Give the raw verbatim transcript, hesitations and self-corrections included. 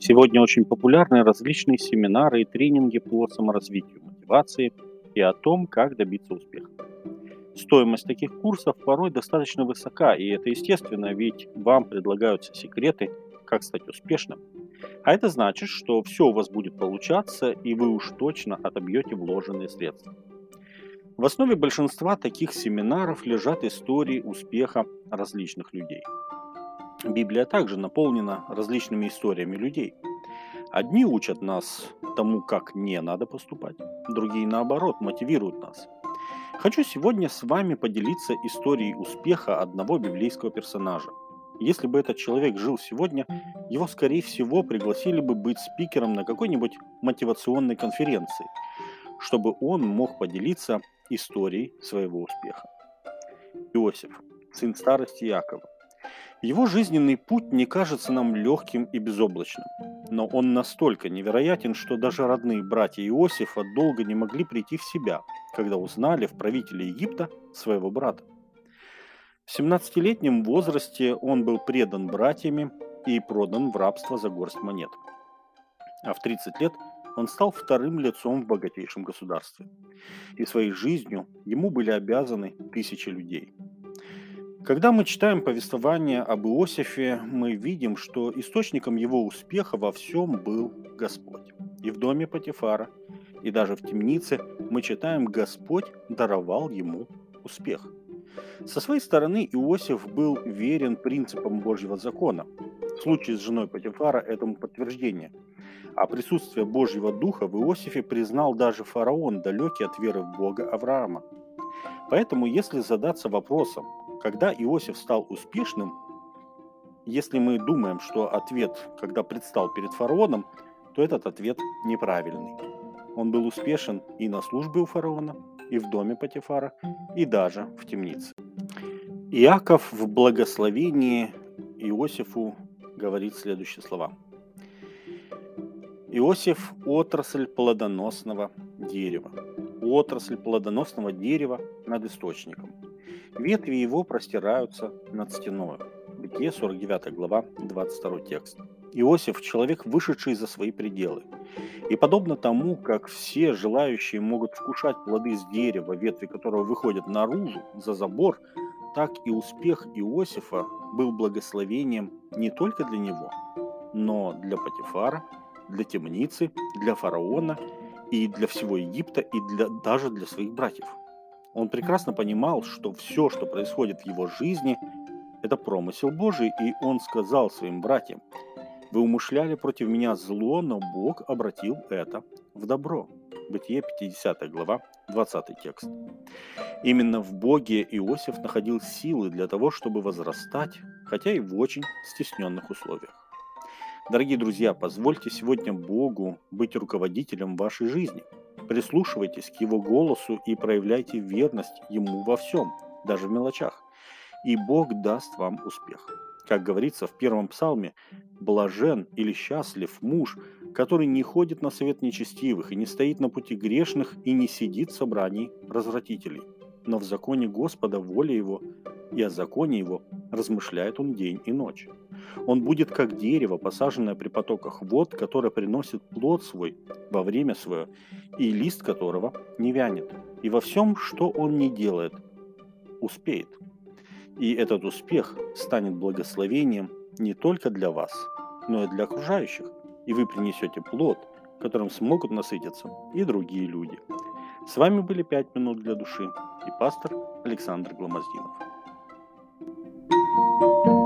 Сегодня очень популярны различные семинары и тренинги по саморазвитию, мотивации и о том, как добиться успеха. Стоимость таких курсов порой достаточно высока, и это естественно, ведь вам предлагаются секреты, как стать успешным. А это значит, что все у вас будет получаться, и вы уж точно отобьете вложенные средства. В основе большинства таких семинаров лежат истории успеха различных людей. Библия также наполнена различными историями людей. Одни учат нас тому, как не надо поступать, другие, наоборот, мотивируют нас. Хочу сегодня с вами поделиться историей успеха одного библейского персонажа. Если бы этот человек жил сегодня, его, скорее всего, пригласили бы быть спикером на какой-нибудь мотивационной конференции, чтобы он мог поделиться историей своего успеха. Иосиф, сын старости Иакова. Его жизненный путь не кажется нам легким и безоблачным, но он настолько невероятен, что даже родные братья Иосифа долго не могли прийти в себя, когда узнали в правителе Египта своего брата. В семнадцатилетнем возрасте он был предан братьями и продан в рабство за горсть монет. А в тридцать лет он стал вторым лицом в богатейшем государстве. И своей жизнью ему были обязаны тысячи людей. Когда мы читаем повествование об Иосифе, мы видим, что источником его успеха во всем был Господь. И в доме Потифара, и даже в темнице мы читаем, Господь даровал ему успех. Со своей стороны Иосиф был верен принципам Божьего закона. В случае с женой Потифара этому подтверждение. А присутствие Божьего Духа в Иосифе признал даже фараон, далекий от веры в Бога Авраама. Поэтому, если задаться вопросом, когда Иосиф стал успешным, если мы думаем, что ответ, когда предстал перед фараоном, то этот ответ неправильный. Он был успешен и на службе у фараона, и в доме Потифара, и даже в темнице. Иаков в благословении Иосифу говорит следующие слова. Иосиф – отрасль плодоносного дерева. Отрасль плодоносного дерева над источником. Ветви его простираются над стеною. Бытие сорок девятая глава, двадцать второй текст. Иосиф – человек, вышедший за свои пределы. И подобно тому, как все желающие могут вкушать плоды с дерева, ветви которого выходят наружу, за забор, так и успех Иосифа был благословением не только для него, но для Потифара, для темницы, для фараона и для всего Египта, и для, даже для своих братьев. Он прекрасно понимал, что все, что происходит в его жизни, это промысел Божий, и он сказал своим братьям: «Вы умышляли против меня зло, но Бог обратил это в добро». Бытие пятидесятая глава, двадцатый текст. Именно в Боге Иосиф находил силы для того, чтобы возрастать, хотя и в очень стесненных условиях. Дорогие друзья, позвольте сегодня Богу быть руководителем вашей жизни. Прислушивайтесь к Его голосу и проявляйте верность Ему во всем, даже в мелочах. И Бог даст вам успех. Как говорится в первом псалме, «Блажен или счастлив муж, который не ходит на совет нечестивых, и не стоит на пути грешных, и не сидит в собрании развратителей. Но в законе Господа воля его, и о законе его размышляет он день и ночь. Он будет как дерево, посаженное при потоках вод, которое приносит плод свой во время свое, и лист которого не вянет. И во всем, что он не делает, успеет. И этот успех станет благословением не только для вас, но и для окружающих. И вы принесете плод, которым смогут насытиться и другие люди». С вами были «Пять минут для души» и пастор Александр Гломоздинов.